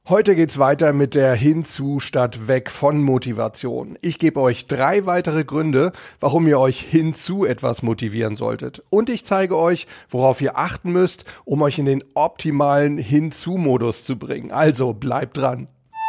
Heute geht's weiter mit der Hinzu statt weg von Motivation. Ich gebe euch 3 weitere Gründe, warum ihr euch hinzu etwas motivieren solltet. Und ich zeige euch, worauf ihr achten müsst, um euch in den optimalen Hinzu-Modus zu bringen. Also bleibt dran.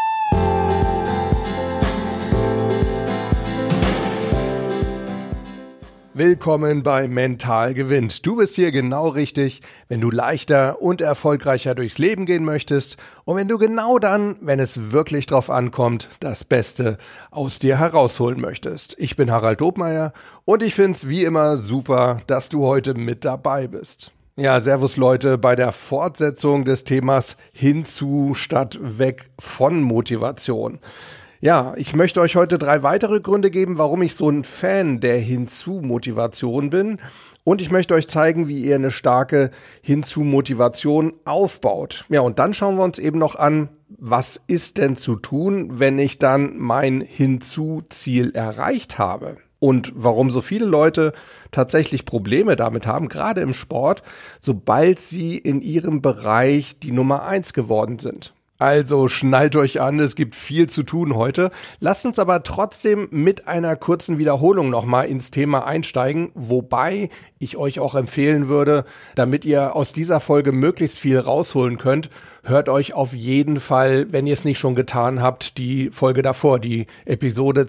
Willkommen bei Mental gewinnt. Du bist hier genau richtig, wenn du leichter und erfolgreicher durchs Leben gehen möchtest und wenn du genau dann, wenn es wirklich drauf ankommt, das Beste aus dir herausholen möchtest. Ich bin Harald Dobmeier und ich find's wie immer super, dass du heute mit dabei bist. Ja, servus Leute, bei der Fortsetzung des Themas hinzu statt weg von Motivation. Ja, ich möchte euch heute 3 weitere Gründe geben, warum ich so ein Fan der Hinzu-Motivation bin. Und ich möchte euch zeigen, wie ihr eine starke Hinzu-Motivation aufbaut. Ja, und dann schauen wir uns eben noch an, was ist denn zu tun, wenn ich dann mein Hinzu-Ziel erreicht habe? Und warum so viele Leute tatsächlich Probleme damit haben, gerade im Sport, sobald sie in ihrem Bereich die Nummer 1 geworden sind. Also schnallt euch an, es gibt viel zu tun heute. Lasst uns aber trotzdem mit einer kurzen Wiederholung nochmal ins Thema einsteigen, wobei ich euch auch empfehlen würde, damit ihr aus dieser Folge möglichst viel rausholen könnt, hört euch auf jeden Fall, wenn ihr es nicht schon getan habt, die Folge davor, die Episode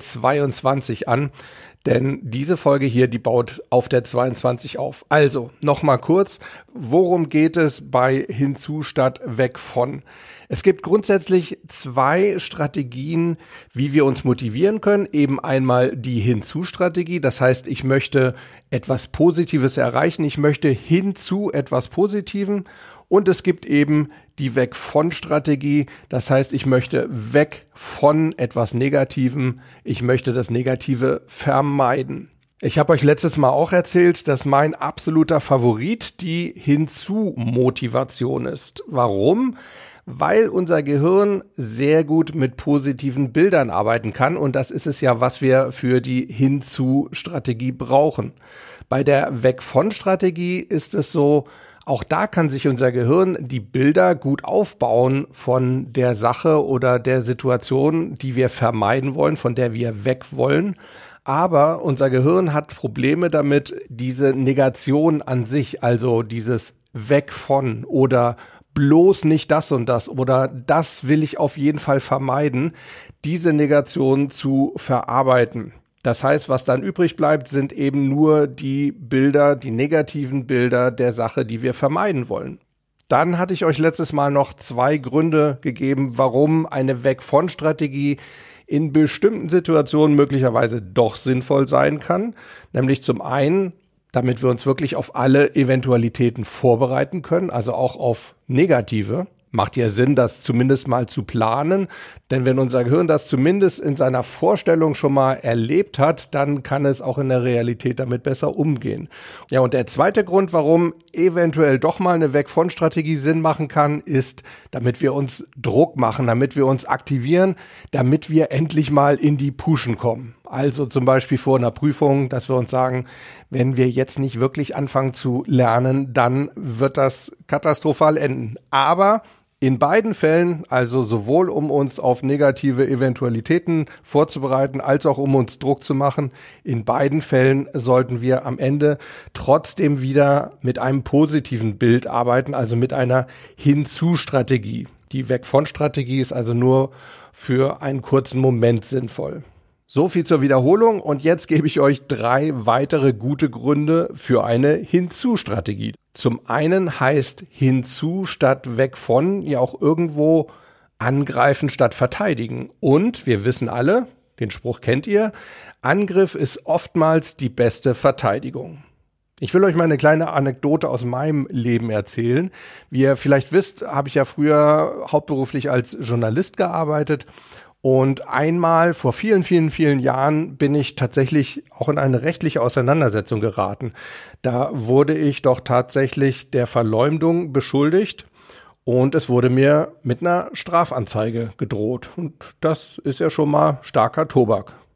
22 an. Denn diese Folge hier, die baut auf der 22 auf. Also, nochmal kurz, worum geht es bei hinzu statt weg von? Es gibt grundsätzlich 2 Strategien, wie wir uns motivieren können. Eben einmal die Hinzu-Strategie, das heißt, ich möchte etwas Positives erreichen, ich möchte hinzu etwas Positiven. Und es gibt eben die Weg-von-Strategie, das heißt, ich möchte weg von etwas Negativem, ich möchte das Negative vermeiden. Ich habe euch letztes Mal auch erzählt, dass mein absoluter Favorit die Hinzu-Motivation ist. Warum? Weil unser Gehirn sehr gut mit positiven Bildern arbeiten kann und das ist es ja, was wir für die Hinzu-Strategie brauchen. Bei der Weg-von-Strategie ist es so, auch da kann sich unser Gehirn die Bilder gut aufbauen von der Sache oder der Situation, die wir vermeiden wollen, von der wir weg wollen. Aber unser Gehirn hat Probleme damit, diese Negation an sich, also dieses Weg von oder bloß nicht das und das oder das will ich auf jeden Fall vermeiden, diese Negation zu verarbeiten. Das heißt, was dann übrig bleibt, sind eben nur die Bilder, die negativen Bilder der Sache, die wir vermeiden wollen. Dann hatte ich euch letztes Mal noch 2 Gründe gegeben, warum eine Weg-von-Strategie in bestimmten Situationen möglicherweise doch sinnvoll sein kann. Nämlich zum einen, damit wir uns wirklich auf alle Eventualitäten vorbereiten können, also auch auf negative. Macht ja Sinn, das zumindest mal zu planen, denn wenn unser Gehirn das zumindest in seiner Vorstellung schon mal erlebt hat, dann kann es auch in der Realität damit besser umgehen. Ja, und der zweite Grund, warum eventuell doch mal eine Weg-von-Strategie Sinn machen kann, ist, damit wir uns Druck machen, damit wir uns aktivieren, damit wir endlich mal in die Pushen kommen. Also zum Beispiel vor einer Prüfung, dass wir uns sagen, wenn wir jetzt nicht wirklich anfangen zu lernen, dann wird das katastrophal enden. Aber in beiden Fällen, also sowohl um uns auf negative Eventualitäten vorzubereiten, als auch um uns Druck zu machen, in beiden Fällen sollten wir am Ende trotzdem wieder mit einem positiven Bild arbeiten, also mit einer Hinzu-Strategie. Die Weg-von-Strategie ist also nur für einen kurzen Moment sinnvoll. So viel zur Wiederholung und jetzt gebe ich euch 3 weitere gute Gründe für eine Hinzu-Strategie. Zum einen heißt hinzu statt weg von ja auch irgendwo angreifen statt verteidigen. Und wir wissen alle, den Spruch kennt ihr, Angriff ist oftmals die beste Verteidigung. Ich will euch mal eine kleine Anekdote aus meinem Leben erzählen. Wie ihr vielleicht wisst, habe ich ja früher hauptberuflich als Journalist gearbeitet. Und einmal vor vielen, vielen, vielen Jahren bin ich tatsächlich auch in eine rechtliche Auseinandersetzung geraten. Da wurde ich doch tatsächlich der Verleumdung beschuldigt und es wurde mir mit einer Strafanzeige gedroht. Und das ist ja schon mal starker Tobak.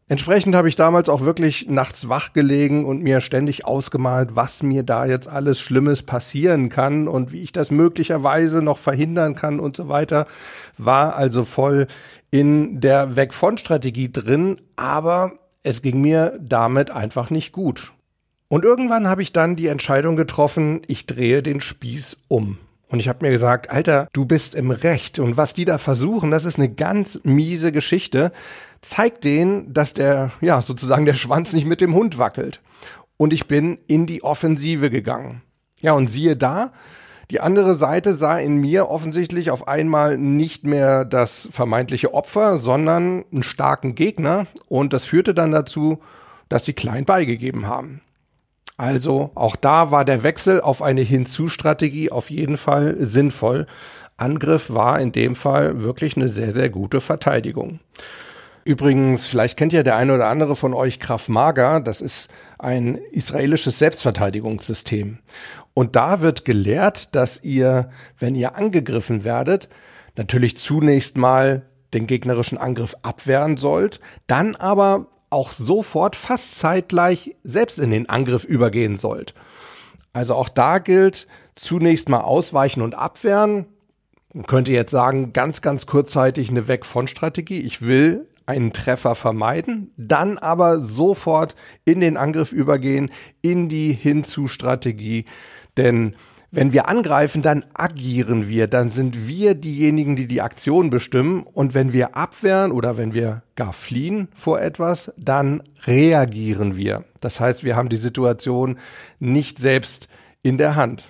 Entsprechend habe ich damals auch wirklich nachts wach gelegen und mir ständig ausgemalt, was mir da jetzt alles Schlimmes passieren kann und wie ich das möglicherweise noch verhindern kann und so weiter. War also voll in der Weg-von-Strategie drin, aber es ging mir damit einfach nicht gut. Und irgendwann habe ich dann die Entscheidung getroffen, ich drehe den Spieß um. Und ich habe mir gesagt, Alter, du bist im Recht. Und was die da versuchen, das ist eine ganz miese Geschichte. Zeig denen, dass sozusagen der Schwanz nicht mit dem Hund wackelt. Und ich bin in die Offensive gegangen. Ja, und siehe da, die andere Seite sah in mir offensichtlich auf einmal nicht mehr das vermeintliche Opfer, sondern einen starken Gegner. Und das führte dann dazu, dass sie klein beigegeben haben. Also auch da war der Wechsel auf eine Hinzu-Strategie auf jeden Fall sinnvoll. Angriff war in dem Fall wirklich eine sehr, sehr gute Verteidigung. Übrigens, vielleicht kennt ja der eine oder andere von euch Krav Maga, das ist ein israelisches Selbstverteidigungssystem. Und da wird gelehrt, dass ihr, wenn ihr angegriffen werdet, natürlich zunächst mal den gegnerischen Angriff abwehren sollt, dann aber auch sofort fast zeitgleich selbst in den Angriff übergehen sollt. Also auch da gilt zunächst mal ausweichen und abwehren. Man könnte jetzt sagen, ganz, ganz kurzzeitig eine Weg-von-Strategie. Ich will einen Treffer vermeiden, dann aber sofort in den Angriff übergehen, in die Hinzu-Strategie. Denn wenn wir angreifen, dann agieren wir, dann sind wir diejenigen, die die Aktion bestimmen. Und wenn wir abwehren oder wenn wir gar fliehen vor etwas, dann reagieren wir. Das heißt, wir haben die Situation nicht selbst in der Hand.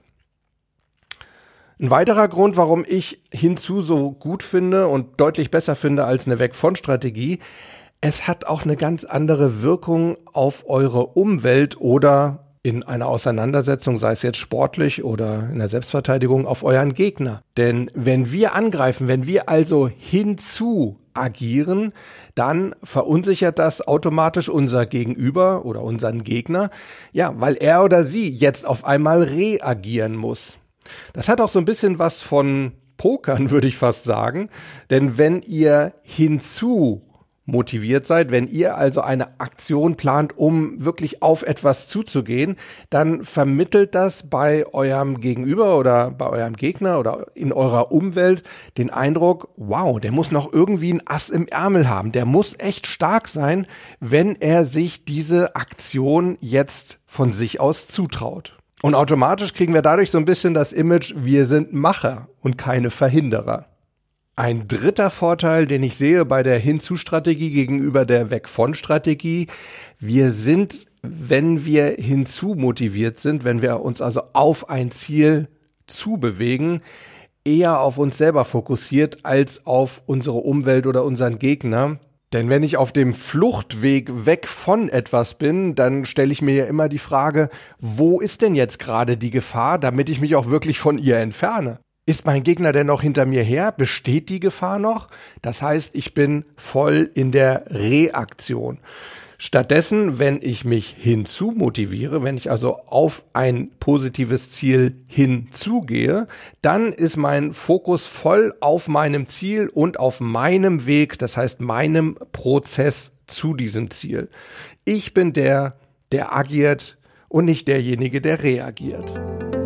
Ein weiterer Grund, warum ich Hinzu so gut finde und deutlich besser finde als eine Weg-von-Strategie, es hat auch eine ganz andere Wirkung auf eure Umwelt oder in einer Auseinandersetzung, sei es jetzt sportlich oder in der Selbstverteidigung, auf euren Gegner. Denn wenn wir angreifen, wenn wir also hinzu agieren, dann verunsichert das automatisch unser Gegenüber oder unseren Gegner, ja, weil er oder sie jetzt auf einmal reagieren muss. Das hat auch so ein bisschen was von Pokern, würde ich fast sagen. Denn wenn ihr hinzu motiviert seid, wenn ihr also eine Aktion plant, um wirklich auf etwas zuzugehen, dann vermittelt das bei eurem Gegenüber oder bei eurem Gegner oder in eurer Umwelt den Eindruck, wow, der muss noch irgendwie ein Ass im Ärmel haben, der muss echt stark sein, wenn er sich diese Aktion jetzt von sich aus zutraut. Und automatisch kriegen wir dadurch so ein bisschen das Image, wir sind Macher und keine Verhinderer. Ein dritter Vorteil, den ich sehe bei der Hinzu-Strategie gegenüber der Weg-von-Strategie, wir sind, wenn wir hinzu motiviert sind, wenn wir uns also auf ein Ziel zubewegen, eher auf uns selber fokussiert als auf unsere Umwelt oder unseren Gegner. Denn wenn ich auf dem Fluchtweg weg von etwas bin, dann stelle ich mir ja immer die Frage, wo ist denn jetzt gerade die Gefahr, damit ich mich auch wirklich von ihr entferne? Ist mein Gegner denn noch hinter mir her? Besteht die Gefahr noch? Das heißt, ich bin voll in der Reaktion. Stattdessen, wenn ich mich hinzu motiviere, wenn ich also auf ein positives Ziel hinzugehe, dann ist mein Fokus voll auf meinem Ziel und auf meinem Weg, das heißt meinem Prozess zu diesem Ziel. Ich bin der agiert und nicht derjenige, der reagiert.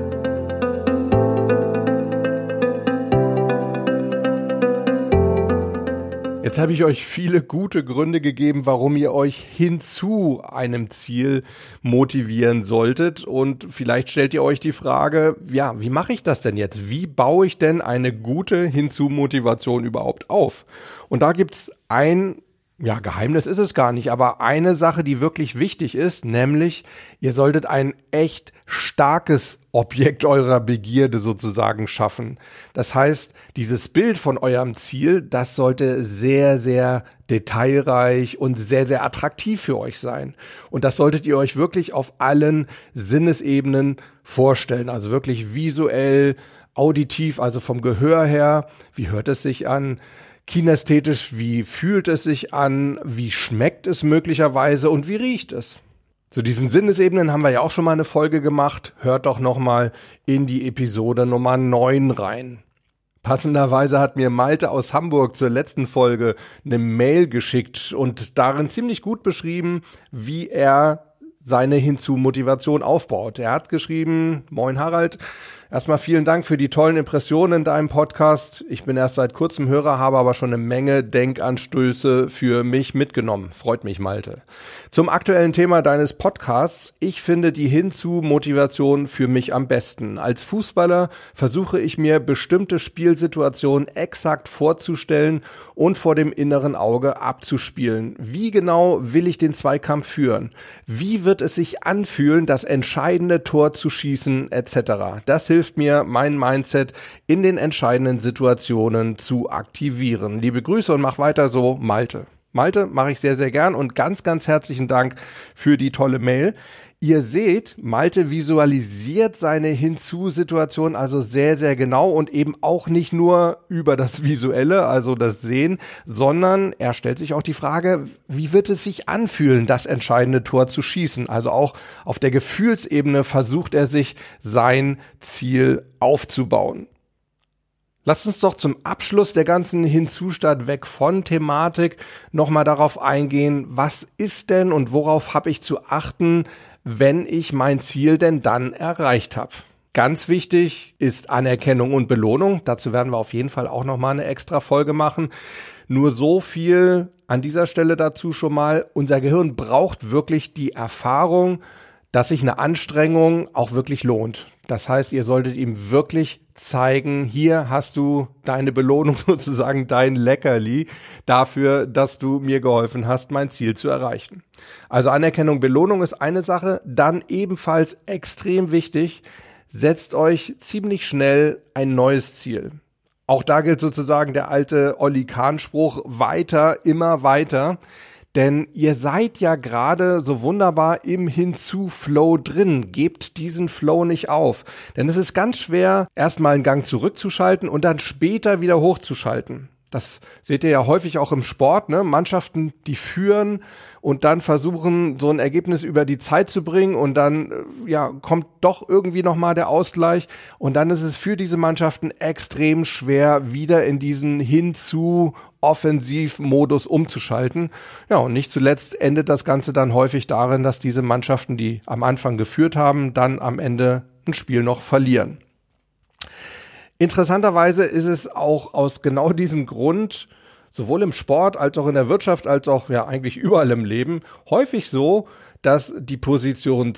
Jetzt habe ich euch viele gute Gründe gegeben, warum ihr euch hinzu einem Ziel motivieren solltet. Und vielleicht stellt ihr euch die Frage, ja, wie mache ich das denn jetzt? Wie baue ich denn eine gute Hinzu-Motivation überhaupt auf? Und da gibt's Geheimnis ist es gar nicht, aber eine Sache, die wirklich wichtig ist, nämlich ihr solltet ein echt starkes Objekt eurer Begierde sozusagen schaffen. Das heißt, dieses Bild von eurem Ziel, das sollte sehr, sehr detailreich und sehr, sehr attraktiv für euch sein. Und das solltet ihr euch wirklich auf allen Sinnesebenen vorstellen, also wirklich visuell, auditiv, also vom Gehör her, wie hört es sich an? Kinästhetisch, wie fühlt es sich an, wie schmeckt es möglicherweise und wie riecht es? Zu diesen Sinnesebenen haben wir ja auch schon mal eine Folge gemacht. Hört doch nochmal in die Episode Nummer 9 rein. Passenderweise hat mir Malte aus Hamburg zur letzten Folge eine Mail geschickt und darin ziemlich gut beschrieben, wie er seine Hinzu-Motivation aufbaut. Er hat geschrieben: Moin Harald, erstmal vielen Dank für die tollen Impressionen in deinem Podcast. Ich bin erst seit kurzem Hörer, habe aber schon eine Menge Denkanstöße für mich mitgenommen. Freut mich, Malte. Zum aktuellen Thema deines Podcasts: Ich finde die Hinzu-Motivation für mich am besten. Als Fußballer versuche ich mir bestimmte Spielsituationen exakt vorzustellen und vor dem inneren Auge abzuspielen. Wie genau will ich den Zweikampf führen? Wie wird es sich anfühlen, das entscheidende Tor zu schießen, etc. Das hilft mir, mein Mindset in den entscheidenden Situationen zu aktivieren. Liebe Grüße und mach weiter so, Malte. Malte, mache ich sehr, sehr gern und ganz, ganz herzlichen Dank für die tolle Mail. Ihr seht, Malte visualisiert seine Hinzu-Situation also sehr, sehr genau und eben auch nicht nur über das Visuelle, also das Sehen, sondern er stellt sich auch die Frage, wie wird es sich anfühlen, das entscheidende Tor zu schießen? Also auch auf der Gefühlsebene versucht er sich sein Ziel aufzubauen. Lasst uns doch zum Abschluss der ganzen Hinzu-Stadt weg von Thematik nochmal darauf eingehen, was ist denn und worauf habe ich zu achten, wenn ich mein Ziel denn dann erreicht habe. Ganz wichtig ist Anerkennung und Belohnung. Dazu werden wir auf jeden Fall auch nochmal eine extra Folge machen. Nur so viel an dieser Stelle dazu schon mal. Unser Gehirn braucht wirklich die Erfahrung, dass sich eine Anstrengung auch wirklich lohnt. Das heißt, ihr solltet ihm wirklich zeigen, hier hast du deine Belohnung sozusagen, dein Leckerli dafür, dass du mir geholfen hast, mein Ziel zu erreichen. Also Anerkennung, Belohnung ist eine Sache. Dann ebenfalls extrem wichtig, setzt euch ziemlich schnell ein neues Ziel. Auch da gilt sozusagen der alte Olli Kahn-Spruch, weiter, immer weiter. Denn ihr seid ja gerade so wunderbar im Hinzu-Flow drin. Gebt diesen Flow nicht auf. Denn es ist ganz schwer, erstmal einen Gang zurückzuschalten und dann später wieder hochzuschalten. Das seht ihr ja häufig auch im Sport, ne? Mannschaften, die führen und dann versuchen, so ein Ergebnis über die Zeit zu bringen und dann kommt doch irgendwie nochmal der Ausgleich und dann ist es für diese Mannschaften extrem schwer, wieder in diesen Hinzu-Offensivmodus umzuschalten. Ja, und nicht zuletzt endet das Ganze dann häufig darin, dass diese Mannschaften, die am Anfang geführt haben, dann am Ende ein Spiel noch verlieren. Interessanterweise ist es auch aus genau diesem Grund, sowohl im Sport als auch in der Wirtschaft, als auch eigentlich überall im Leben, häufig so, dass die Position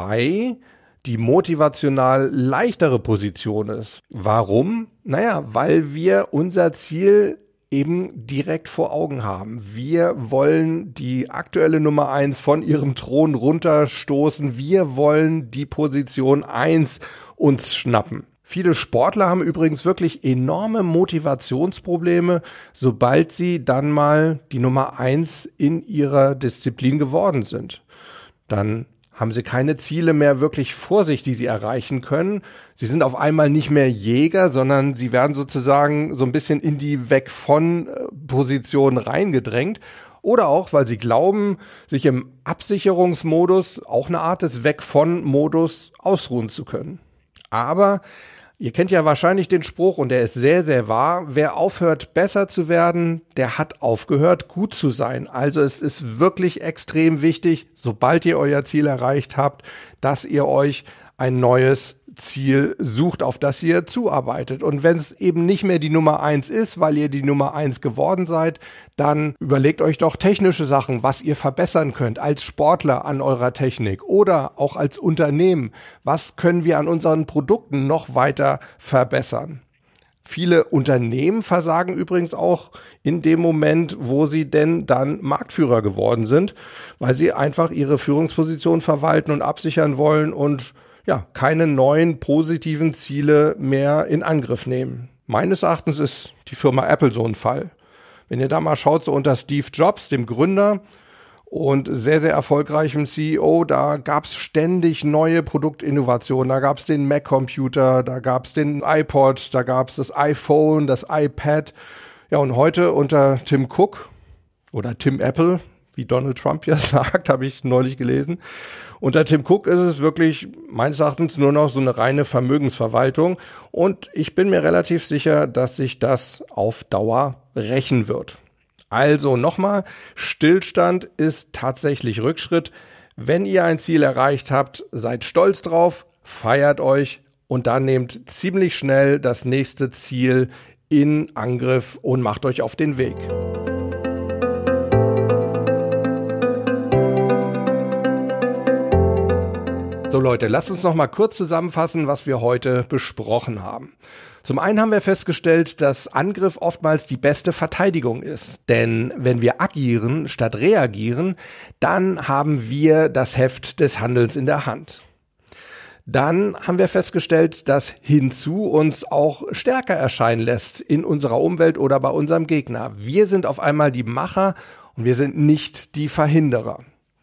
2 die motivational leichtere Position ist. Warum? Weil wir unser Ziel eben direkt vor Augen haben. Wir wollen die aktuelle Nummer 1 von ihrem Thron runterstoßen. Wir wollen die Position 1 uns schnappen. Viele Sportler haben übrigens wirklich enorme Motivationsprobleme, sobald sie dann mal die Nummer 1 in ihrer Disziplin geworden sind. Dann haben sie keine Ziele mehr wirklich vor sich, die sie erreichen können. Sie sind auf einmal nicht mehr Jäger, sondern sie werden sozusagen so ein bisschen in die Weg-von-Position reingedrängt. Oder auch, weil sie glauben, sich im Absicherungsmodus, auch eine Art des Weg-von-Modus, ausruhen zu können. Aber ihr kennt ja wahrscheinlich den Spruch, und der ist sehr, sehr wahr: Wer aufhört, besser zu werden, der hat aufgehört, gut zu sein. Also es ist wirklich extrem wichtig, sobald ihr euer Ziel erreicht habt, dass ihr euch ein neues Ziel sucht, auf das ihr zuarbeitet. Und wenn es eben nicht mehr die Nummer 1 ist, weil ihr die Nummer 1 geworden seid, dann überlegt euch doch technische Sachen, was ihr verbessern könnt als Sportler an eurer Technik oder auch als Unternehmen. Was können wir an unseren Produkten noch weiter verbessern? Viele Unternehmen versagen übrigens auch in dem Moment, wo sie denn dann Marktführer geworden sind, weil sie einfach ihre Führungsposition verwalten und absichern wollen und keine neuen positiven Ziele mehr in Angriff nehmen. Meines Erachtens ist die Firma Apple so ein Fall. Wenn ihr da mal schaut, so unter Steve Jobs, dem Gründer und sehr, sehr erfolgreichem CEO, da gab es ständig neue Produktinnovationen. Da gab es den Mac-Computer, da gab es den iPod, da gab es das iPhone, das iPad. Ja, und heute unter Tim Cook oder Tim Apple, wie Donald Trump ja sagt, habe ich neulich gelesen. Unter Tim Cook ist es wirklich meines Erachtens nur noch so eine reine Vermögensverwaltung und ich bin mir relativ sicher, dass sich das auf Dauer rächen wird. Also nochmal, Stillstand ist tatsächlich Rückschritt. Wenn ihr ein Ziel erreicht habt, seid stolz drauf, feiert euch und dann nehmt ziemlich schnell das nächste Ziel in Angriff und macht euch auf den Weg. So Leute, lasst uns noch mal kurz zusammenfassen, was wir heute besprochen haben. Zum einen haben wir festgestellt, dass Angriff oftmals die beste Verteidigung ist. Denn wenn wir agieren statt reagieren, dann haben wir das Heft des Handelns in der Hand. Dann haben wir festgestellt, dass Hinzu uns auch stärker erscheinen lässt in unserer Umwelt oder bei unserem Gegner. Wir sind auf einmal die Macher und wir sind nicht die Verhinderer.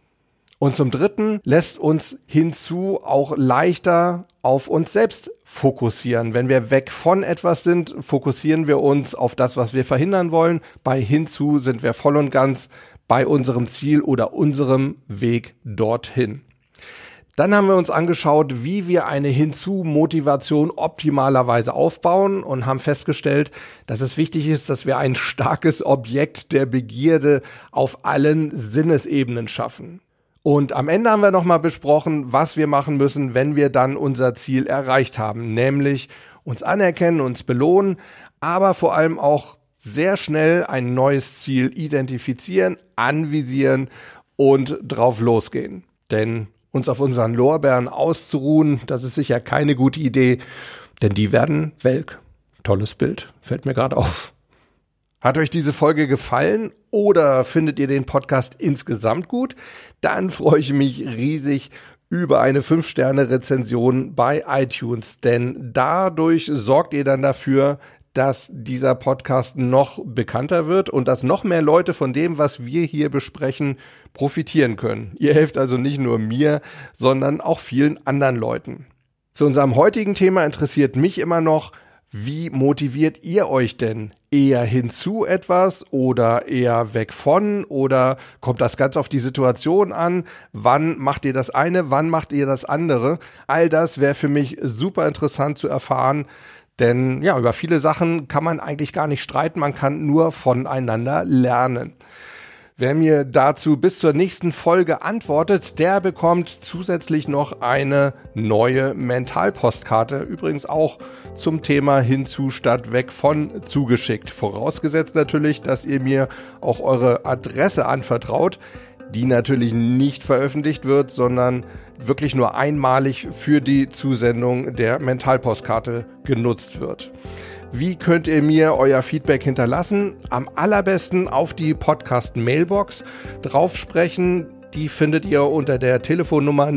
Und zum Dritten lässt uns Hinzu auch leichter auf uns selbst fokussieren. Wenn wir weg von etwas sind, fokussieren wir uns auf das, was wir verhindern wollen. Bei Hinzu sind wir voll und ganz bei unserem Ziel oder unserem Weg dorthin. Dann haben wir uns angeschaut, wie wir eine Hinzu-Motivation optimalerweise aufbauen und haben festgestellt, dass es wichtig ist, dass wir ein starkes Objekt der Begierde auf allen Sinnesebenen schaffen. Und am Ende haben wir nochmal besprochen, was wir machen müssen, wenn wir dann unser Ziel erreicht haben, nämlich uns anerkennen, uns belohnen, aber vor allem auch sehr schnell ein neues Ziel identifizieren, anvisieren und drauf losgehen. Denn uns auf unseren Lorbeeren auszuruhen, das ist sicher keine gute Idee, denn die werden welk. Tolles Bild, fällt mir gerade auf. Hat euch diese Folge gefallen oder findet ihr den Podcast insgesamt gut? Dann freue ich mich riesig über eine 5-Sterne-Rezension bei iTunes, denn dadurch sorgt ihr dann dafür, dass dieser Podcast noch bekannter wird und dass noch mehr Leute von dem, was wir hier besprechen, profitieren können. Ihr helft also nicht nur mir, sondern auch vielen anderen Leuten. Zu unserem heutigen Thema interessiert mich immer noch, wie motiviert ihr euch denn? Eher hinzu etwas oder eher weg von? Oder kommt das ganz auf die Situation an? Wann macht ihr das eine? Wann macht ihr das andere? All das wäre für mich super interessant zu erfahren. Denn ja, über viele Sachen kann man eigentlich gar nicht streiten. Man kann nur voneinander lernen. Wer mir dazu bis zur nächsten Folge antwortet, der bekommt zusätzlich noch eine neue Mentalpostkarte. Übrigens auch zum Thema Hinzu statt weg von zugeschickt. Vorausgesetzt natürlich, dass ihr mir auch eure Adresse anvertraut, die natürlich nicht veröffentlicht wird, sondern wirklich nur einmalig für die Zusendung der Mentalpostkarte genutzt wird. Wie könnt ihr mir euer Feedback hinterlassen? Am allerbesten auf die Podcast-Mailbox drauf sprechen. Die findet ihr unter der Telefonnummer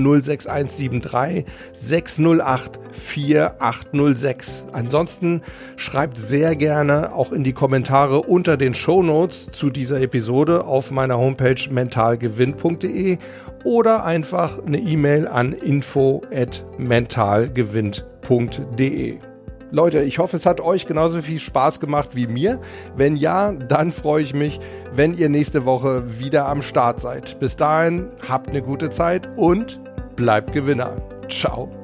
06173 608 4806. Ansonsten schreibt sehr gerne auch in die Kommentare unter den Shownotes zu dieser Episode auf meiner Homepage mentalgewinn.de oder einfach eine E-Mail an info@mentalgewinn.de. Leute, ich hoffe, es hat euch genauso viel Spaß gemacht wie mir. Wenn ja, dann freue ich mich, wenn ihr nächste Woche wieder am Start seid. Bis dahin, habt eine gute Zeit und bleibt Gewinner. Ciao.